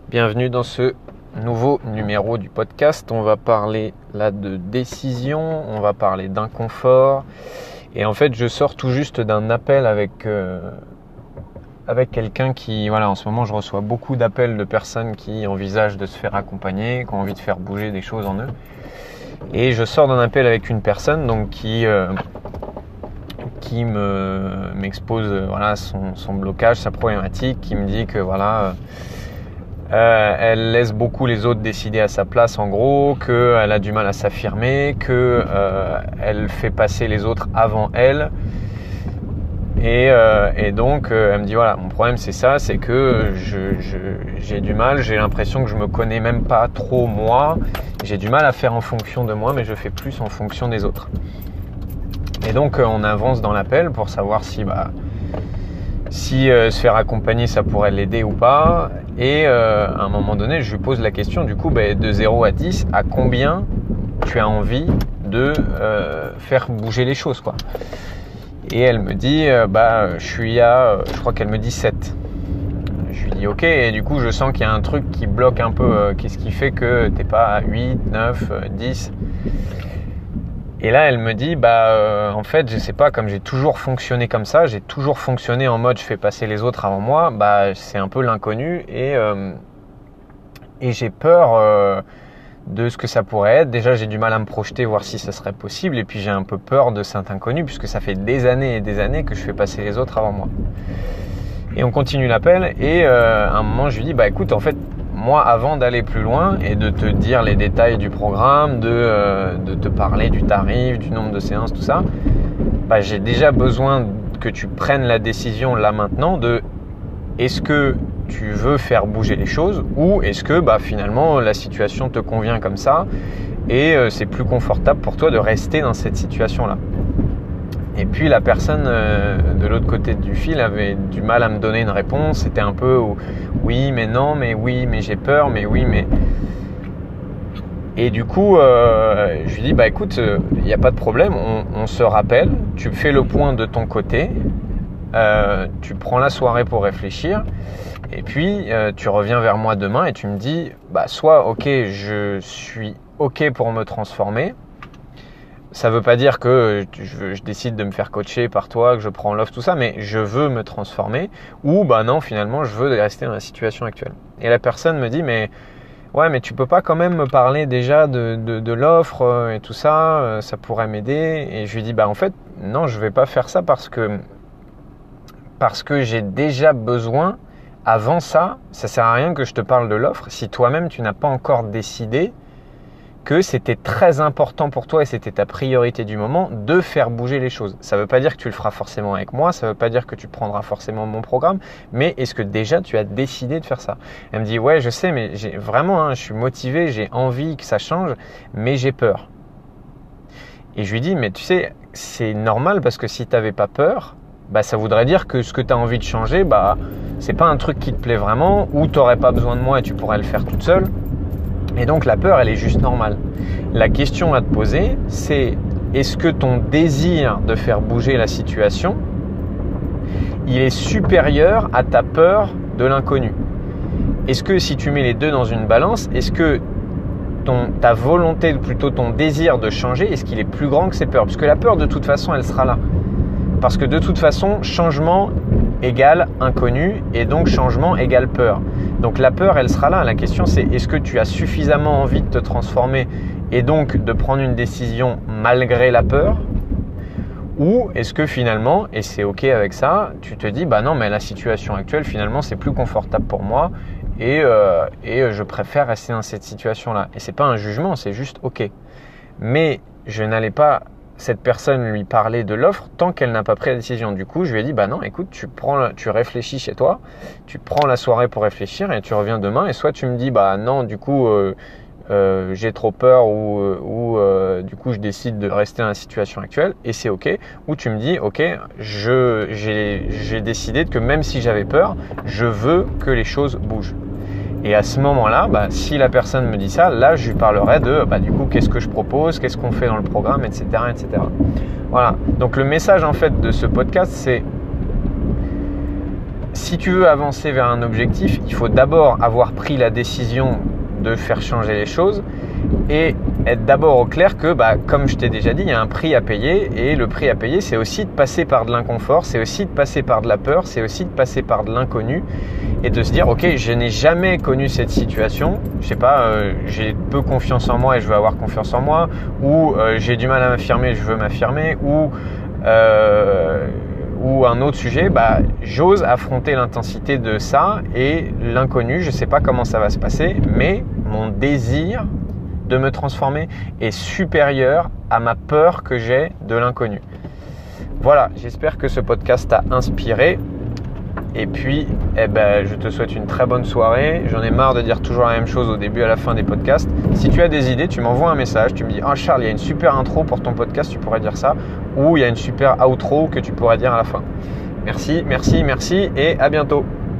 Bienvenue dans ce nouveau numéro du podcast. On va parler là de décision, on va parler d'inconfort. Et en fait, je sors tout juste d'un appel avec quelqu'un qui, en ce moment, je reçois beaucoup d'appels de personnes qui envisagent de se faire accompagner, qui ont envie de faire bouger des choses en eux. Et je sors d'un appel avec une personne donc qui m'expose son blocage, sa problématique, qui me dit que elle laisse beaucoup les autres décider à sa place en gros, qu'elle a du mal à s'affirmer, qu'elle fait passer les autres avant elle. Et donc elle me dit mon problème c'est ça, c'est que j'ai du mal, j'ai l'impression que je me connais même pas trop moi, j'ai du mal à faire en fonction de moi, mais je fais plus en fonction des autres. Et donc on avance dans l'appel pour savoir si se faire accompagner ça pourrait l'aider ou pas. Et à un moment donné je lui pose la question de 0 à 10, à combien tu as envie de faire bouger les choses quoi. Et elle me dit je suis à je crois qu'elle me dit 7. Je lui dis ok, et du coup je sens qu'il y a un truc qui bloque un peu, qu'est-ce qui fait que t'es pas à 8, 9, 10. Et là elle me dit en fait je sais pas, comme j'ai toujours fonctionné comme ça, j'ai toujours fonctionné en mode je fais passer les autres avant moi, c'est un peu l'inconnu et j'ai peur de ce que ça pourrait être. Déjà j'ai du mal à me projeter, voir si ça serait possible, et puis j'ai un peu peur de cet inconnu puisque ça fait des années et des années que je fais passer les autres avant moi. Et on continue l'appel et à un moment je lui dis écoute, en fait moi avant d'aller plus loin et de te dire les détails du programme, de te parler du tarif, du nombre de séances, tout ça, j'ai déjà besoin que tu prennes la décision là maintenant de est-ce que tu veux faire bouger les choses ou est-ce que finalement la situation te convient comme ça et c'est plus confortable pour toi de rester dans cette situation là. Et puis la personne de l'autre côté du fil avait du mal à me donner une réponse. C'était un peu oui mais non, mais oui mais j'ai peur, mais oui mais... Et du coup je lui dis écoute, il n'y a pas de problème, on se rappelle, tu fais le point de ton côté, tu prends la soirée pour réfléchir et puis tu reviens vers moi demain et tu me dis soit ok, je suis ok pour me transformer. Ça veut pas dire que je décide de me faire coacher par toi, que je prends l'offre, tout ça, mais je veux me transformer. Ou non, finalement, je veux rester dans la situation actuelle. Et la personne me dit, mais tu peux pas quand même me parler déjà de l'offre et tout ça, ça pourrait m'aider. Et je lui dis, en fait, non, je vais pas faire ça parce que j'ai déjà besoin. Avant ça sert à rien que je te parle de l'offre si toi-même tu n'as pas encore décidé que c'était très important pour toi et c'était ta priorité du moment de faire bouger les choses. Ça ne veut pas dire que tu le feras forcément avec moi, ça ne veut pas dire que tu prendras forcément mon programme, mais est-ce que déjà tu as décidé de faire ça? Elle me dit ouais je sais, mais j'ai vraiment, je suis motivé, j'ai envie que ça change, mais j'ai peur. Et je lui dis mais tu sais, c'est normal parce que si tu n'avais pas peur, ça voudrait dire que ce que tu as envie de changer, c'est pas un truc qui te plaît vraiment, ou tu n'aurais pas besoin de moi et tu pourrais le faire toute seule. Et donc la peur, elle est juste normale. La question à te poser, c'est est-ce que ton désir de faire bouger la situation, il est supérieur à ta peur de l'inconnu? Est-ce que si tu mets les deux dans une balance, est-ce que ta volonté, plutôt ton désir de changer, est-ce qu'il est plus grand que ces peurs? Parce que la peur, de toute façon, elle sera là. Parce que de toute façon, changement égale inconnu et donc changement égale peur. Donc la peur, elle sera là. La question, c'est est-ce que tu as suffisamment envie de te transformer et donc de prendre une décision malgré la peur? Ou est-ce que finalement, et c'est ok avec ça, tu te dis non, mais la situation actuelle, finalement, c'est plus confortable pour moi et je préfère rester dans cette situation-là. Et c'est pas un jugement, c'est juste ok. Mais je n'allais pas cette personne lui parler de l'offre tant qu'elle n'a pas pris la décision. Du coup, je lui ai dit non, écoute, tu réfléchis chez toi, tu prends la soirée pour réfléchir et tu reviens demain. Et soit tu me dis non, du coup j'ai trop peur ou du coup je décide de rester dans la situation actuelle et c'est ok. Ou tu me dis ok, j'ai décidé que même si j'avais peur, je veux que les choses bougent. Et à ce moment-là, si la personne me dit ça, là, je lui parlerai de, du coup, qu'est-ce que je propose, qu'est-ce qu'on fait dans le programme, etc., etc. Voilà. Donc, le message, en fait, de ce podcast, si tu veux avancer vers un objectif, il faut d'abord avoir pris la décision de faire changer les choses et être d'abord au clair que, comme je t'ai déjà dit, il y a un prix à payer et le prix à payer, c'est aussi de passer par de l'inconfort, c'est aussi de passer par de la peur, c'est aussi de passer par de l'inconnu et de se dire, ok, je n'ai jamais connu cette situation, je sais pas, j'ai peu confiance en moi et je veux avoir confiance en moi, ou j'ai du mal à m'affirmer, je veux m'affirmer, ou un autre sujet, j'ose affronter l'intensité de ça et l'inconnu, je ne sais pas comment ça va se passer, mais mon désir de me transformer est supérieur à ma peur que j'ai de l'inconnu. Voilà, j'espère que ce podcast t'a inspiré. Et puis, je te souhaite une très bonne soirée. J'en ai marre de dire toujours la même chose au début et à la fin des podcasts. Si tu as des idées, tu m'envoies un message. Tu me dis « Ah Charles, il y a une super intro pour ton podcast, tu pourrais dire ça. » Ou il y a une super outro que tu pourrais dire à la fin. Merci et à bientôt.